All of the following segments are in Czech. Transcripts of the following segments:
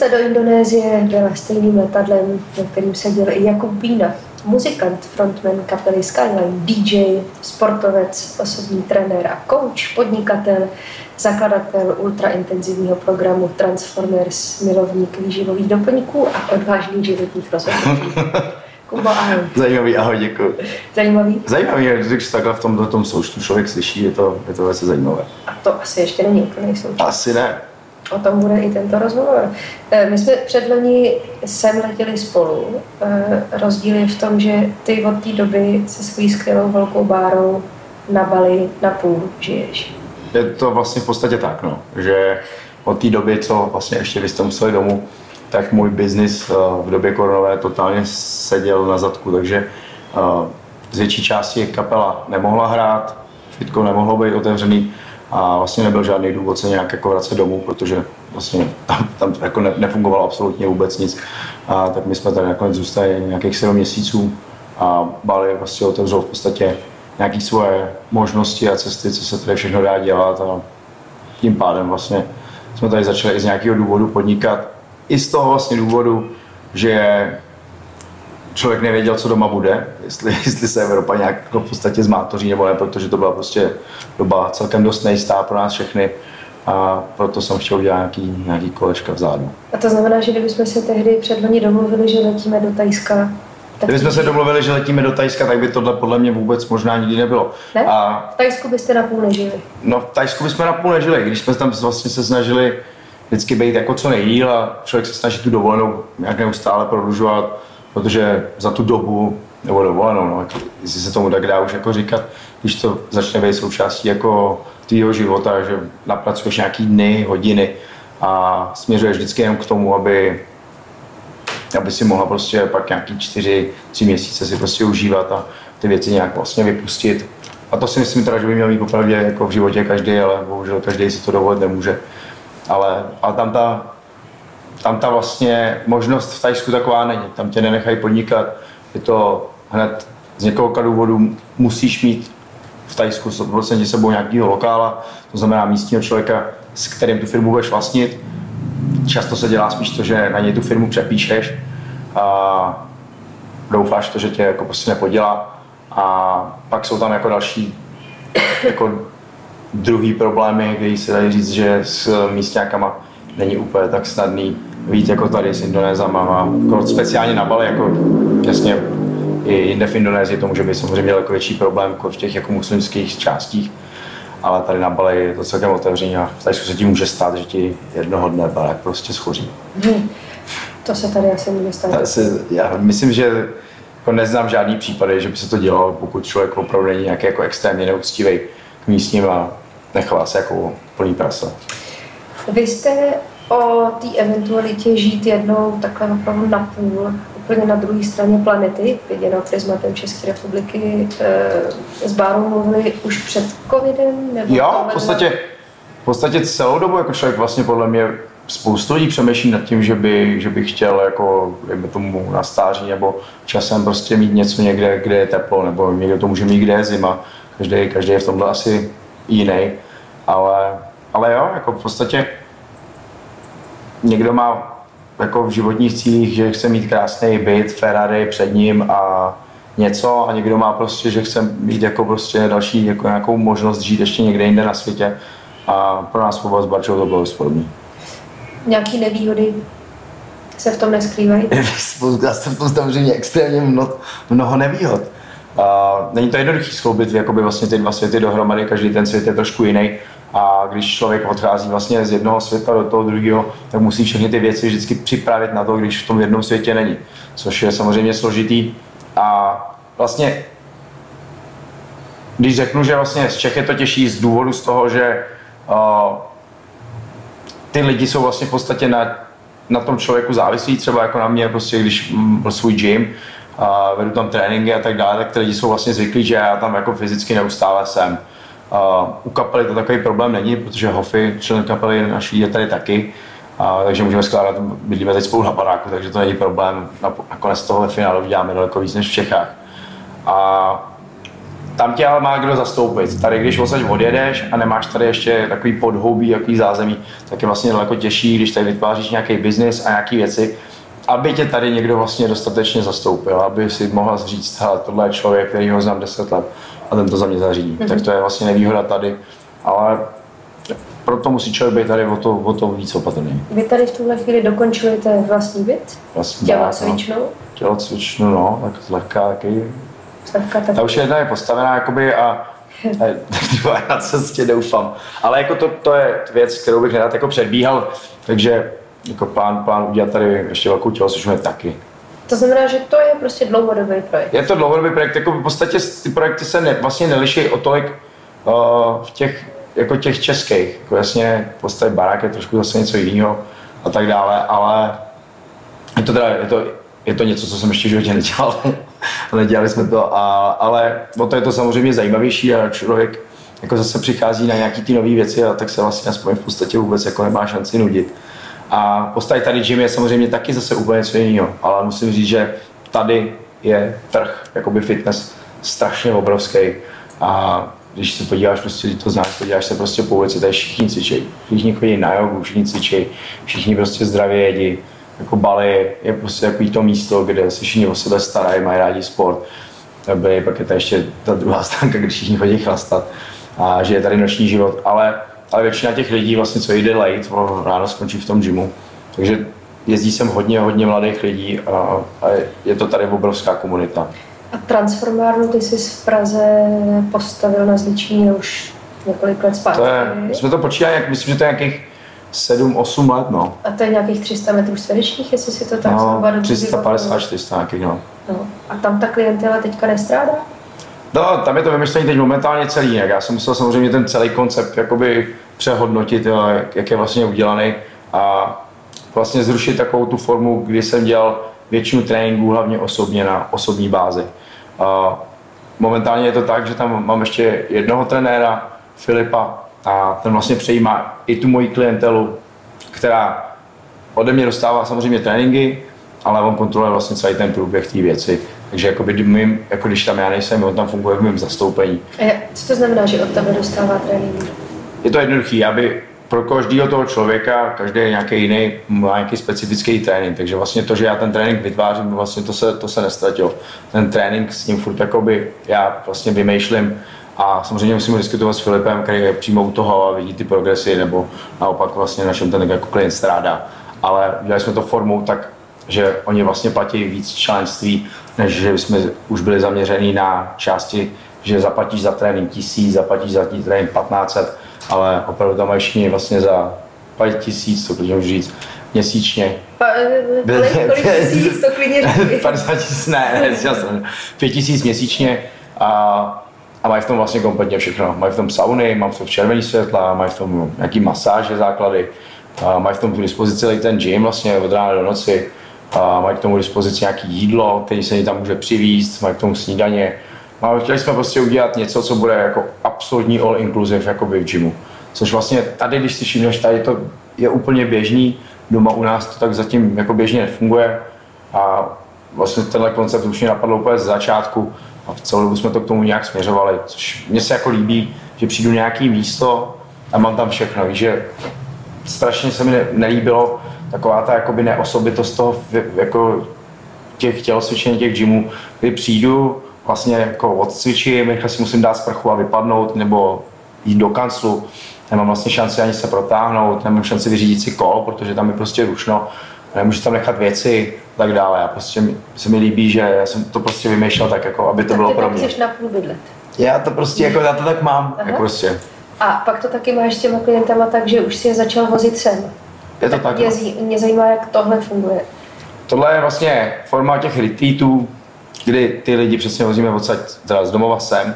Cesta do Indonésie byla stejným letadlem, na kterým seděl i Jakub Bína, muzikant, frontman kapely Skyline, DJ, sportovec, osobní trenér a coach, podnikatel, zakladatel ultraintenzivního programu Transformers, milovník výživových doplňků a odvážných životních rozhodnutí. Kubo, ahoj. Zajímavý, ahoj, děkuji. Zajímavý? Zajímavý, když takhle v tomto součtu člověk slyší, je to velice zajímavé. A to asi ještě není úplný součet. Asi ne. O tom bude i tento rozhovor. My jsme předloni sem letěli spolu. Rozdíl je v tom, že ty od té doby se svojí skvělou velkou bárou na Bali na půl žiješ. Je to vlastně v podstatě tak, no, že od té doby, co vlastně ještě vy jste museli domů, tak můj biznis v době koronové totálně seděl na zadku, takže z větší části kapela nemohla hrát, fitko nemohlo být otevřený a vlastně nebyl žádný důvod se nějak jako vracet domů, protože vlastně tam jako nefungovalo absolutně vůbec nic. A tak my jsme tady nakonec zůstali nějakých 7 měsíců a Bali vlastně otevřel v podstatě nějaké svoje možnosti a cesty, co se tady všechno dá dělat a tím pádem vlastně jsme tady začali i z nějakého důvodu podnikat. I z toho vlastně důvodu, že člověk nevěděl, co doma bude, jestli se Evropa nějak v podstatě zmátoří nebo ne, protože to byla prostě doba celkem dost nejistá pro nás všechny a proto jsem chtěl udělat nějaký kolečka vzadu. A to znamená, že kdybychom se tehdy předloni domluvili, že letíme do Thajska, kdybychom se domluvili, že letíme do Thajska, tak by tohle podle mě vůbec možná nikdy nebylo. Ne? A v Thajsku byste napůl nežili? No, v Thajsku bychom napůl nežili, když jsme tam vlastně se snažili vždycky být jako co nejdýl a člověk se snaží tu dovolenou nějak neustále prodlužovat, protože za tu dobu, nebo dovolenou, no, jestli se tomu tak dá už jako říkat, když to začne být součástí jako tvýho života, že napracuješ nějaký dny, hodiny a směřuješ vždycky jenom k tomu, aby si mohla prostě pak nějaký 4-3 měsíce si prostě užívat a ty věci nějak vlastně vypustit. A to si myslím teda, že by měl mít opravdu jako v životě každý, ale bohužel každý si to dovolit nemůže. Ale tam ta vlastně možnost v Thajsku taková není. Tam tě nenechají podnikat. Je to hned z několika důvodů musíš mít v Thajsku 100% sebou nějakého lokála, to znamená místního člověka, s kterým tu firmu budeš vlastnit. Často se dělá spíš to, že na něj tu firmu přepíšeš a doufáš to, že tě jako prostě nepodělá. A pak jsou tam jako další jako druhý problémy, který se dají říct, že s místňákama není úplně tak snadný vyjít jako tady s Indonézama a jako speciálně na Bali, jako jasně i jinde v Indonésii to může být samozřejmě daleko větší problém jako v těch jako muslimských částích, ale tady na Bali je to celkem otevřený a v Thajsku se ti může stát, že ti jednoho dne barák prostě schoří. To se tady asi může stát. Já myslím, že jako neznám žádný případy, že by se to dělalo, pokud člověk opravdu není nějaký jako extrémně neúctivý k místním a nechová se jako plný prasa. Vy jste o té eventualitě žít jednou takhle opravdu napůl, úplně na druhé straně planety, viděno prismatem České republiky, s Bárou mluvili už před covidem? Nebo jo, v podstatě celou dobu jako člověk vlastně podle mě spoustu lidí přemýšlí nad tím, že by chtěl jako, dejme tomu na stáří nebo časem prostě mít něco někde, kde je teplo, nebo někdo to může mít, kde je zima. Každý je v tomhle asi jiný, ale jo, jako v podstatě někdo má jako v životních cílích, že chce mít krásný byt, Ferrari před ním a něco a někdo má prostě, že chce mít jako prostě další jako nějakou možnost žít ještě někde jinde na světě a pro nás s Barčou to bylo podobné. Nějaký nevýhody se v tom neskrývají? Já jsem v tom samozřejmě extrémně mnoho nevýhod. Není to jednoduchý skloubit jakoby vlastně ty dva světy dohromady, každý ten svět je trošku jiný. A když člověk odchází vlastně z jednoho světa do toho druhého, tak musí všechny ty věci vždycky připravit na to, když v tom jednom světě není. Což je samozřejmě složitý. A vlastně, když řeknu, že vlastně z Čech je to těžší z důvodu z toho, že ty lidi jsou vlastně v podstatě na tom člověku závislí, třeba jako na mě, prostě když byl svůj gym, vedu tam tréninky a tak dále, tak ty lidi jsou vlastně zvyklí, že já tam jako fyzicky neustále jsem. U kapely to takový problém není, protože Hofy, člen kapely naší, je tady taky, takže můžeme skládat, bydlíme teď spolu na baráku, takže to není problém. Nakonec toho ve finále uděláme daleko víc než v Čechách. tam tě ale má kdo zastoupit. Tady, když odsaď odjedeš a nemáš tady ještě takový podhoubí, jaký zázemí, tak je vlastně daleko těžší, když tady vytváříš nějaký biznis a nějaké věci, aby tě tady někdo vlastně dostatečně zastoupil, aby si mohl říct, hele, tohle je člověk, který ho znám 10 let a ten to za mě zařídí. Tak to je vlastně nevýhoda tady, ale proto musí člověk být tady o to víc opatrný. Vy tady v tuhle chvíli dokončujete vlastní byt? Tělocvičnu? Tělocvičnu, no, tak lehká taky. Ta už jedna je postavená jakoby a druhá je na cestě, doufám. Ale jako to je věc, kterou bych nerad jako předbíhal, takže jako plán udělat tady ještě velkou tělocvičnu je taky. To znamená, že to je prostě dlouhodobý projekt? Je to dlouhodobý projekt, jako v podstatě ty projekty se vlastně neliší o tolik v těch českých. Jako jasně postavit barák je trošku zase něco jiného a tak dále, ale je to něco, co jsem ještě v životě nedělal. Nedělali jsme to, ale o to je to samozřejmě zajímavější a člověk jako zase přichází na nějaký ty nové věci a tak se vlastně aspoň v podstatě vůbec jako nemá šanci nudit. A postavit tady gym je samozřejmě taky zase úplně něco jiného, ale musím říct, že tady je trh, jakoby fitness, strašně obrovský. A když se podíváš, prostě to znáš, podíváš se prostě po ulici, tady všichni cvičí, všichni chodí na jogu, všichni cvičí, všichni prostě zdravě jedí. Jako Bali je prostě takový to místo, kde se všichni o sebe starají, mají rádi sport. Pak je tady ještě ta druhá stránka, kde všichni chodí chlastat a že je tady noční život, ale většina těch lidí vlastně, co jde late, ráno skončí v tom gymu. Takže jezdí sem hodně mladých lidí a je to tady obrovská komunita. A transformárnu ty jsi v Praze postavil na Zličíně už několik let zpátky? My jsme to počítali, myslím, že to je nějakých 7-8 let, no. A to je nějakých 300 metrů čtverečních, jestli si to tak zhruba dobře 350-400 nějakých, no. A tam ta klientela teďka nestrádá? No, tam je to vymyšlení teď momentálně celý, jak já jsem musel samozřejmě ten celý koncept jakoby přehodnotit, jak je vlastně udělaný a vlastně zrušit takovou tu formu, kdy jsem dělal většinu tréninků hlavně osobně na osobní bázi. Momentálně je to tak, že tam mám ještě jednoho trenéra, Filipa, a ten vlastně přejímá i tu moji klientelu, která ode mě dostává samozřejmě tréninky, ale on kontroluje vlastně celý ten průběh té věci. Takže jako když tam já nejsem, on tam funguje v mém zastoupení. A co to znamená, že od tebe dostává tréninky? Je to jednoduchý, aby pro každého toho člověka, každý nějaký jiný, má nějaký specifický trénink. Takže vlastně to, že já ten trénink vytvářím, vlastně to se nestratilo. Ten trénink s ním furt jakoby já vlastně vymýšlím a samozřejmě musím diskutovat s Filipem, který je přímo u toho a vidí ty progresy, nebo naopak vlastně na čem ten jako klient strádá. Ale udělali jsme to formou tak, že oni vlastně platí víc členství, než že jsme už byli zaměření na části, že zaplatíš za trénink 1000, zaplatíš za trénink 1500, ale opravdu tam mají všichni vlastně za 5000, to klidně už říct, měsíčně. Kolik tisíc, to klidně říct? 50 000, 5000 měsíčně a mají v tom vlastně kompletně všechno. Mají v tom sauny, mají v tom červený světla, mají v tom nějaký masáže, základy, mají v tom k dispozici celý ten gym vlastně od rána do noci, mají k tomu dispozici nějaké jídlo, který se tam může přivízt, mají k tomu snídaně. Chtěli jsme prostě udělat něco, co bude jako absolutní all inclusive jakoby v gymu. Což vlastně tady, když si všimneš, tady to je úplně běžný, doma u nás to tak zatím jako běžně nefunguje a vlastně tenhle koncept už mě napadl úplně z začátku a v celou dobu jsme to k tomu nějak směřovali, což mně se jako líbí, že přijdu na nějaký místo a mám tam všechno, víš, že strašně se mi nelíbilo taková ta jakoby neosobitost toho jako těch tělocvičení, těch gymů, kdy přijdu, vlastně jako odcvičím, rychle si musím dát sprchu a vypadnout nebo jít do kanclu. Nemám vlastně šanci ani se protáhnout, nemám šanci vyřídit si kol, protože tam je prostě rušno, nemůžu tam nechat věci a tak dále. A prostě se mi líbí, že já jsem to prostě vymýšlel tak, jako, aby to bylo pro mě. Chceš napůl bydlet. Já to prostě, jako já to tak mám, jako prostě. A pak to taky máš s těma klientama tak, že už si je začal vozit sem. Je to tak. Mě zajímá, jak tohle funguje. Tohle je vlastně forma těch retreatů, kdy ty lidi přesně vozíme odsaď teda z domova sem,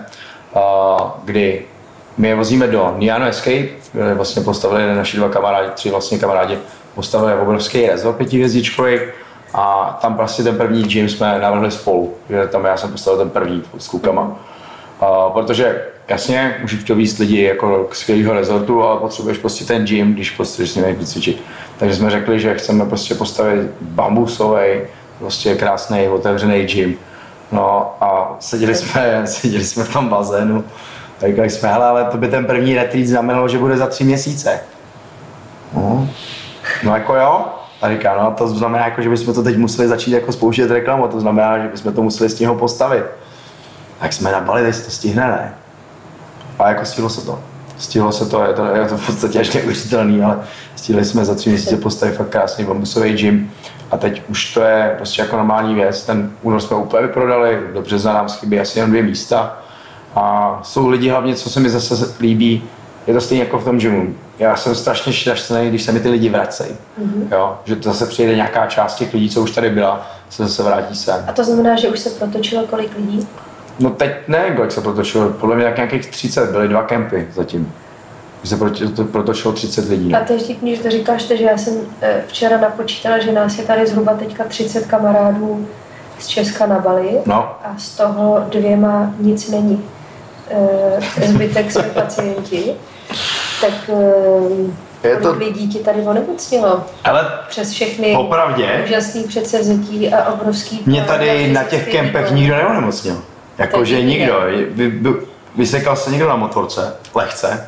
kdy my je vozíme do Niano Escape, kde vlastně postavili naši dva kamarádi, 3 vlastně kamarádi, postavili obrovský resort 5hvězdičkový a tam prostě ten první gym jsme navrhli spolu, že tam já jsem postavil ten první s klukama. Protože jasně, můžeš to víc lidi jako k skvělého resortu, ale potřebuješ prostě ten gym, když potřebuješ s nimi vycvičit. Takže jsme řekli, že chceme prostě postavit bambusový, prostě krásný otevřený gym, No a seděli jsme v tom bazénu a říkali jsme, hele, ale to by ten první retreat znamenalo, že bude za 3 měsíce. No jako jo. A říká, no to znamená, jako, že bychom to teď museli začít jako spouštět reklamu, to znamená, že bychom to museli z něho postavit. Tak jsme na Bali, teď to stihne, ne? A jako stihlo se to. Stihlo se to, je to v podstatě až neuvěřitelný, ale stihli jsme za 3 měsíce postavit fakt krásný bambusový gym. A teď už to je prostě jako normální věc. Ten únor jsme úplně vyprodali, do března nám chybí asi jen 2 místa. A jsou lidi hlavně, co se mi zase líbí, je to stejně jako v tom gymu. Já jsem strašně šťastný, když se mi ty lidi vracejí. Jo? Že to zase přijde nějaká část těch lidí, co už tady byla, se zase vrátí sem. A to znamená, že už se protočilo kolik lidí? No teď nevím, kolik se protočilo. Podle mě tak nějakých 30, byly 2 kempy zatím. Se protočilo 30 lidí. A to je vtipný, že to říkáš, že já jsem včera napočítala, že nás je tady zhruba teďka 30 kamarádů z Česka na Bali. No. A z toho 2 nic není. Zbytek jsme pacienti. Tak kolik lidí ti tady onemocnilo? Ale přes všechny úžasný předsevzetí a obrovský... Mě tady na těch kempech nikdo neonemocnil. Jakože nikdo. Vysekal se někdo na motorce, lehce.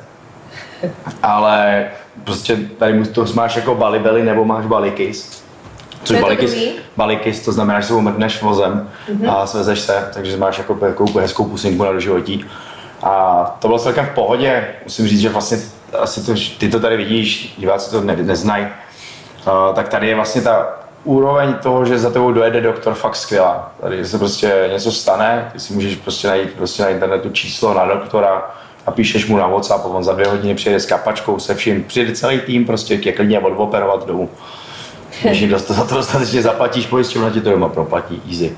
Ale prostě tady to máš jako balibeli nebo máš balikis. Což balikis, to znamená, že se umrtneš vozem a svezeš se, takže máš jako hezkou pusinku na doživotí. A to bylo celkem v pohodě. Musím říct, že vlastně asi ty to tady vidíš, diváci to neznají, tak tady je vlastně ta úroveň toho, že za tebou dojede doktor, fakt skvělá. Tady se prostě něco stane, ty si můžeš prostě najít na internetu číslo na doktora, napíšeš mu na WhatsApp a on za 2 hodiny přijede s kapačkou, se vším, přijede celý tým, prostě je klidně odoperovat domů. Když jim za to dostatečně zaplatíš, pojišťovna ti to doma proplatí, easy.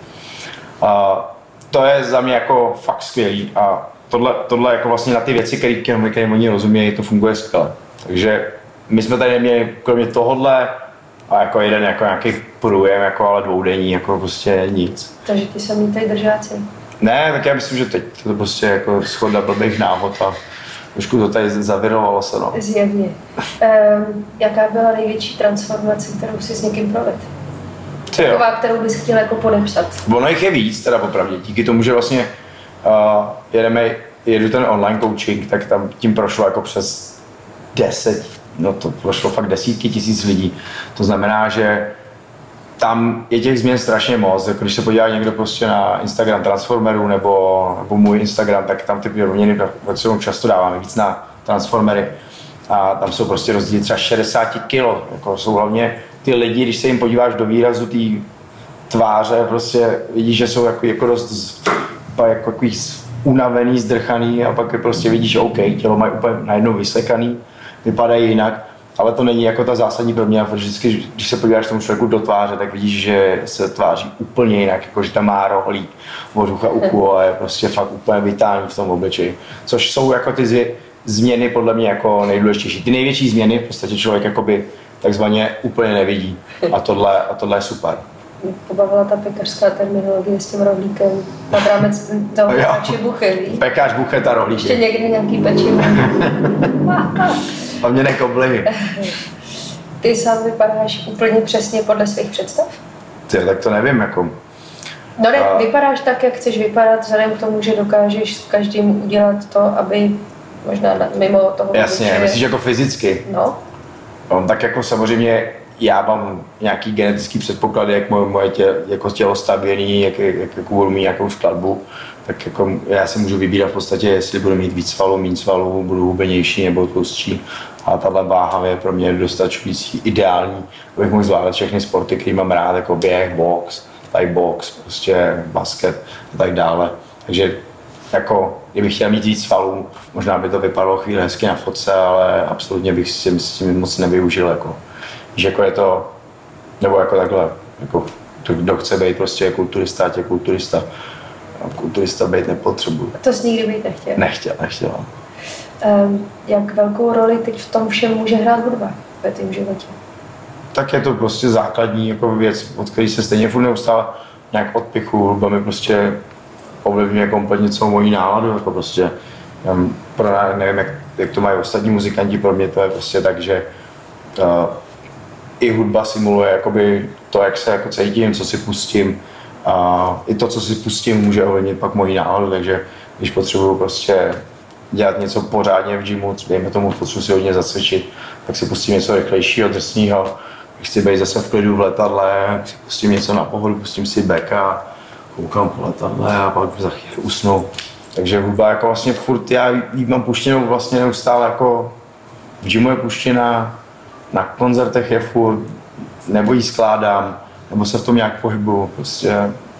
To je za mě jako fakt skvělý a tohle jako vlastně na ty věci, které oni rozumějí, to funguje skvěle. Takže my jsme tady neměli kromě tohohle a jako jeden jako nějaký průjem, jako ale 2denní, jako prostě nic. Takže ty samý tady držáci? Ne, tak já myslím, že teď to prostě jako shoda blbých náhod a trošku to tady zavirovalo se, no. Zjevně. Jaká byla největší transformace, kterou jsi s někým provedl? Taková, kterou bys chtěl jako podepsat? Ono jich je víc, teda popravdě, díky tomu, že vlastně jedu ten online coaching, tak tam tím prošlo jako přes 10, no to prošlo fakt desítky tisíc lidí. To znamená, že tam je těch změn strašně moc. Jako když se podívá někdo prostě na Instagram Transformerů nebo můj Instagram, tak tam ty proměny často dáváme víc na Transformery. A tam jsou prostě rozdíly třeba 60 kilo. Jako jsou hlavně ty lidi, když se jim podíváš do výrazu té tváře, prostě vidíš, že jsou jako dost jako unavený, zdrchaný a pak prostě vidíš, že OK, tělo mají úplně najednou vysekaný, vypadají jinak. Ale to není jako ta zásadní proměna, protože vždycky, když se podíváš tomu člověku do tváře, tak vidíš, že se tváří úplně jinak, jako že tam má rohlík od ucha uchu a je prostě fakt úplně vitální v tom obličeji. Což jsou jako ty změny podle mě jako nejdůležitější. Ty největší změny v podstatě člověk jakoby takzvaně úplně nevidí a tohle je super. Pobavila ta pekařská terminologie s tím rohlíkem nad rámec toho pečibuchy, víš? Pekář, buchet a rohlík. Ještě někdy nějaký pečivo. A mě nekoblihy. Ty sám vypadáš úplně přesně podle svých představ? Tak to nevím, jako. No ne, vypadáš tak, jak chceš vypadat, vzhledem k tomu, že dokážeš s každým udělat to, aby možná mimo toho... Jasně, myslíš jako fyzicky? No. Tak jako samozřejmě já mám nějaký genetický předpoklady, jak moje tělo stavěný, jak budu mít nějakou skladbu, tak jako já si můžu vybírat v podstatě, jestli budu mít víc svalů, méně svalů, budu hubenější nebo tlustší. A tahle váha je pro mě dostačující, ideální, abych mohl zvládat všechny sporty, které mám rád, jako běh, box, thai box, prostě basket a tak dále. Takže jako, kdybych chtěl mít víc svalů, možná by to vypadalo chvíli hezky na fotce, ale absolutně bych s tím moc nevyužil. Jako. Že jako je to, nebo jako takhle, jako, kdo chce být prostě kulturista, ať je kulturista. A kulturista být nepotřebuje. To jsi nikdy být nechtěl? Nechtěl. Jak velkou roli teď v tom všem může hrát hudba ve tvém životě? Tak je to prostě základní jako věc, od které se stejně furt neustále nějak odpichu. Hudba mi prostě ovlivňuje kompletně celou moji náladu. Jako prostě, nevím, jak to mají ostatní muzikanti, pro mě to je prostě tak, že i hudba simuluje jakoby to, jak se jako cítím, co si pustím. A i to, co si pustím, může ovlivnit pak moji náladu, takže když potřebuju prostě dělat něco pořádně v gymu, dejme tomu, potřebuji si hodně zacvičit, tak si pustím něco rychlejšího, drsného. Když chci být zase v klidu v letadle, si pustím něco na pohodu, pustím si beka, koukám po letadle a pak za chvíli usnu. Takže hudba jako vlastně furt, já jí mám puštěnou vlastně neustále jako v gymu je puštěná, na koncertech je furt, nebo ji skládám, nebo se v tom nějak pohybuju, prostě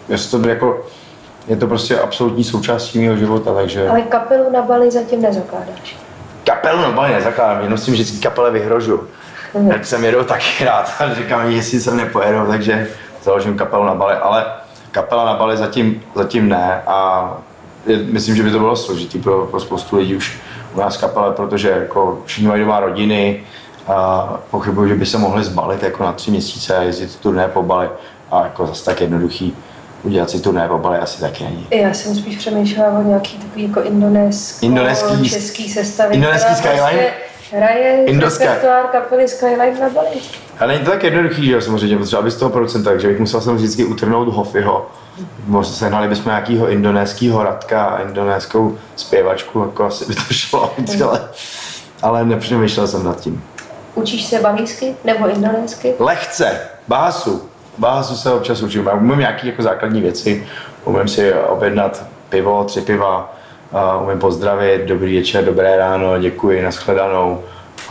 je to prostě absolutní součástí mého života, takže... Ale kapelu na Bali zatím nezakládáš? Kapelu na Bali nezakládám, jenom si vždycky kapele vyhrožu. Jak jsem jedou taky rád a říkám, jestli jsem nepojedou, takže založím kapelu na Bali, ale kapela na Bali zatím ne a myslím, že by to bylo složitý pro spoustu lidí už u nás kapele, protože jako všichni mají doma rodiny a pochybuji, že by se mohli zbalit jako na 3 měsíce a jezdit turné po Bali a jako zase tak jednoduchý udělat si turné po Bali asi taky není. Já jsem spíš přemýšlela o nějaký takový jako český sestavy, indonéský Skyline? Prostě hraje repertoár kapely Skyline na Bali. A není to tak jednoduchý, že jo, samozřejmě, protože aby z toho producenta, takže bych musel vždycky utrhnout Hofiho. Možná sehnali bychom nějakýho indonéského Radka a indonéskou zpěvačku, jako asi by to šlo, ale nepřemýšlel jsem nad tím. Učíš se balijsky nebo indonésky? Lehce, Bahasu se občas učím. Já umím nějaké jako základní věci, umím si objednat pivo, 3 piva, umím pozdravit, dobrý večer, dobré ráno, děkuji, nashledanou.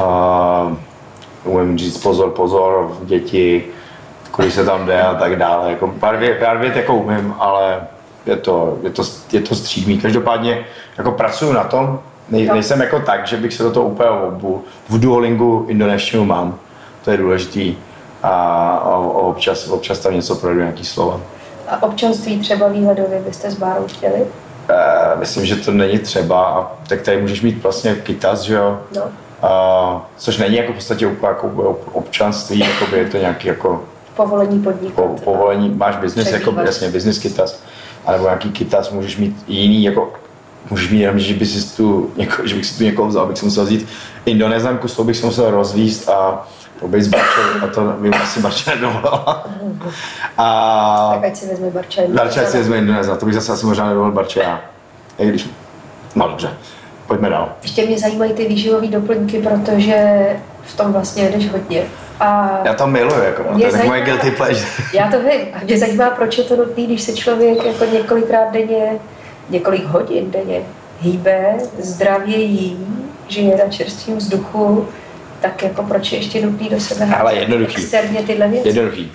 Umím říct pozor, děti, kudy se tam jde a tak dále. Jako pár vět jako umím, ale je to střídmý. Každopádně jako pracuju na tom, nejsem jako tak, že bych se do toho úplně obul. V Duolingu indonéštinu mám, to je důležitý. A občas tam něco projdu, nějaký slova. A občanství třeba výhledově byste s Bárou chtěli? Myslím, že to není třeba. Tak tady můžeš mít vlastně kytas, že jo? No. Což není jako v podstatě úplně jako občanství, jakoby je to nějaký jako... Povolení podnikat. Povolení, máš business, jako jasně, business kytas. A nebo nějaký kytas můžeš mít jiný, jako... Můžeš mít jenom, že bych si tu někoho vzal, bych si musel vzít Indonésánku, s tou bych si musel rozvízt a pobejt z Barče, a to by asi Barče nedovolila. Tak ať si vezme Barče. Barče si vezme Indonéza, to bych zase asi možná nedovolil Barče já. I když... No dobře, pojďme dál. Ještě mě zajímají ty výživové doplňky, protože v tom vlastně jedeš hodně. A já to miluju, jako, to je tak moje guilty pleasure. Já to vím. A mě zajímá, proč je to nutné, když se člověk jako několikrát denně, několik hodin denně hýbe, zdravě jí, žije na čerstvém vzduchu, tak jako proč je ještě nutný do sebe externě tyhle věci? Jednoduchý.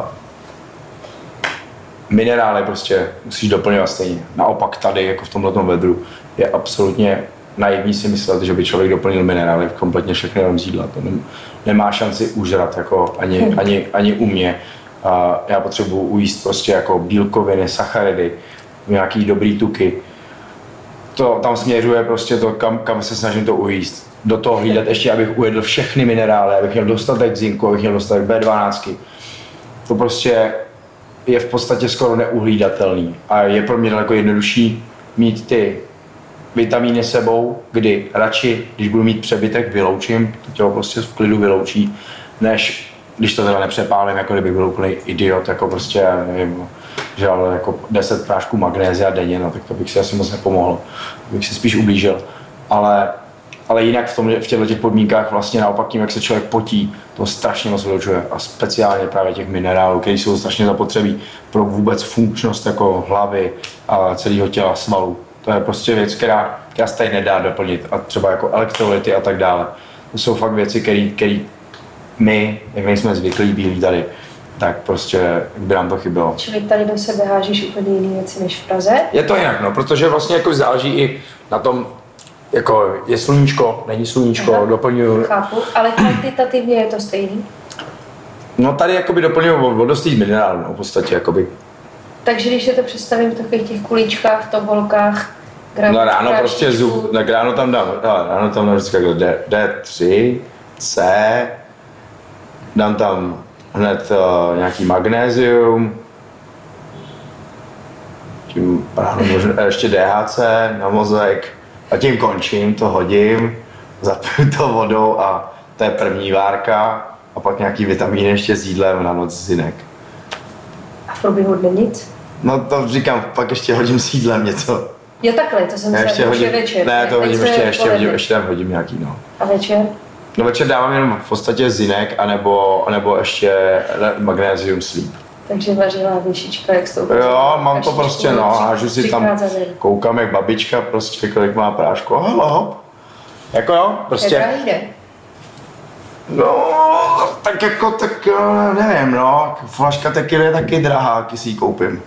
Minerály prostě musíš doplňovat stejně. Naopak tady, jako v tomhletom vedru, je absolutně naivní si myslet, že by člověk doplnil minerály kompletně všechny jenom z jídla. To nemá šanci užrat jako ani u mě. Já potřebuji ujíst prostě jako bílkoviny, sacharidy, nějaký dobrý tuky. To tam směřuje prostě to, kam se snažím to ujíst. Do toho hlídat ještě, abych ujedl všechny minerály, abych měl dostatek zinku, abych měl dostatek B12. To prostě je v podstatě skoro neuhlídatelný a je pro mě daleko jednodušší mít ty vitamíny sebou, kdy radši, když budu mít přebytek, vyloučím, to tělo prostě v klidu vyloučí, než když to teda nepřepálím, jako kdybych byl úplný idiot, jako prostě, nevím, že ale jako 10 prášků magnézia denně, no tak to bych si asi moc nepomohl, bych si spíš ublížil. Ale jinak v těchto podmínkách vlastně naopak tím, jak se člověk potí, to strašně moc vylučuje a speciálně právě těch minerálů, které jsou strašně zapotřebí pro vůbec funkčnost jako hlavy a celého těla, svalů. To je prostě věc, která se tady nedá doplnit a třeba jako elektrolyty a tak dále. To jsou fakt věci, které my, jak nejsme zvyklí bílí tady, tak prostě by nám to chybělo. Čili tady do sebe hážeš úplně jiné věci než v Praze? Je to jinak, no, protože vlastně jako záleží i na tom, jako je sluníčko, není sluníčko, doplňuju. Chápu, ale kvantitativně je to stejný? No tady jakoby doplňuju vodostý minerál, no, v podstatě jakoby. Takže když se to představím v takových těch kuličkách, tobolkách, no ráno prostě ráno tam dám vždycky D3, C, dám tam hned nějaký magnézium, tím ráno možná ještě DHC na mozek a tím končím, to hodím, zapiju to vodou a to je první várka a pak nějaký vitamíny ještě s jídlem na noc zinek. A v průběhu dne nic? No to říkám, pak ještě hodím s jídlem něco. Jo takhle, to jsem ještě hodím, večer. Ne, to hodím ještě tam hodím nějaký, no. A večer? No večer dávám jenom v podstatě zinek, anebo ještě magnézium sleep. Takže vařila věšička, jak to jo, mám to prostě, no, hážu si tam, koukám jak babička, prostě kolik má prášku, hop. Jako jo, prostě. Je drahý, ne? No, tak jako, tak nevím, no, flaška tequily je taky drahá, když si ji koupím.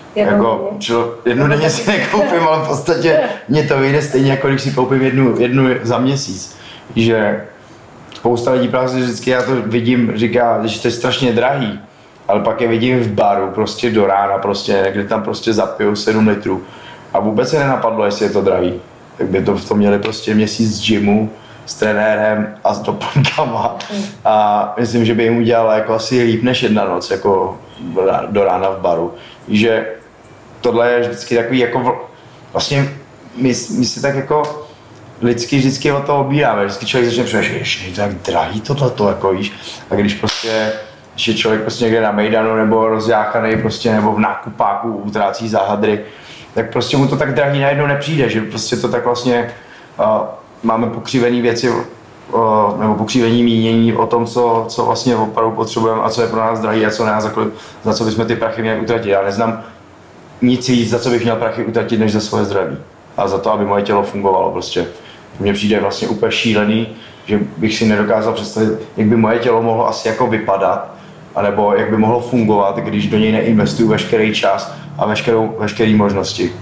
Jednu denně si nekoupím, ale v podstatě mě to vyjde stejně, jako když si koupím jednu za měsíc. Že spousta lidí právě vždycky, já to vidím, říká, že to je strašně drahý, ale pak je vidím v baru prostě do rána, prostě, kde tam prostě zapiju 7 litrů a vůbec se nenapadlo, jestli je to drahý. Tak by to měli prostě měsíc gymu s trenérem a s doplňkama a myslím, že by jim udělala jako asi líp než jedna noc jako do rána v baru. Že tohle je vždycky takový jako vlastně my si tak jako lidsky vždycky o to obíráme, vždycky člověk začne přemýšlet, že je to tak drahý tohleto, jako víš, a když je člověk prostě někde na mejdanu nebo rozjáchaný prostě nebo v nákupáku utrácí za hadry, tak prostě mu to tak drahý najednou nepřijde, že prostě to tak vlastně máme pokřivený věci nebo pokřivení mínění o tom, co vlastně opravdu potřebujeme a co je pro nás drahý a co ne, za co bychom ty prachy měli utratit. Já neznám nic víc, za co bych měl prachy utratit, než za svoje zdraví. A za to, aby moje tělo fungovalo prostě. Mně přijde vlastně úplně šílený, že bych si nedokázal představit, jak by moje tělo mohlo asi jako vypadat, anebo jak by mohlo fungovat, když do něj neinvestuju veškerý čas a veškeré možnosti.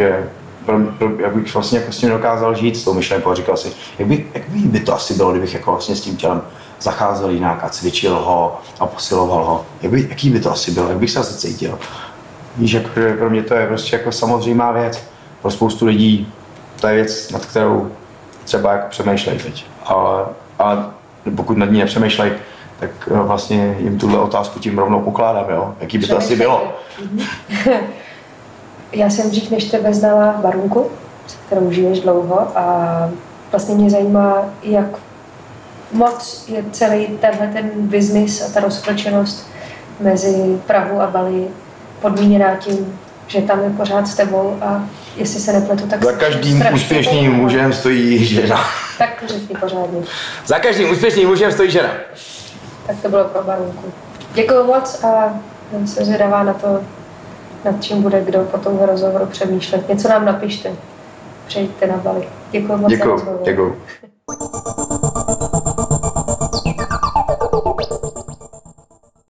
Já bych vlastně jako s tím dokázal žít s tou myšlenkou a říkal si, jak by to asi bylo, kdybych jako vlastně s tím tělem zacházel jinak a cvičil ho a posiloval ho. Jaký by to asi bylo, jak bych se asi cítil. Víš, jako, pro mě to je prostě jako samozřejmá věc. Pro spoustu lidí to je věc, nad kterou třeba jako přemýšlej teď. Ale pokud nad ní nepřemýšlej, tak vlastně jim tuhle otázku tím rovnou pokládám, jo? Jaký by to asi bylo. Já jsem dřív než tebe znala Barunku, s kterou žiješ dlouho a vlastně mě zajímá, jak moc je celý ten biznis a ta rozkročenost mezi Prahou a Bali podmíněná tím, že tam je pořád s tebou a jestli se nepletu, tak... Za každým úspěšným mužem stojí žena. Tak to řekni pořádně. Za každým úspěšným mužem stojí žena. Tak to bylo pro Barunku. Děkuji moc a jsem zvědavá na to, nad čím bude kdo po tomhle rozhovoru přemýšlet. Něco nám napište. Přejďte na Bali. Děkuji moc za rozhovor. Děkuji.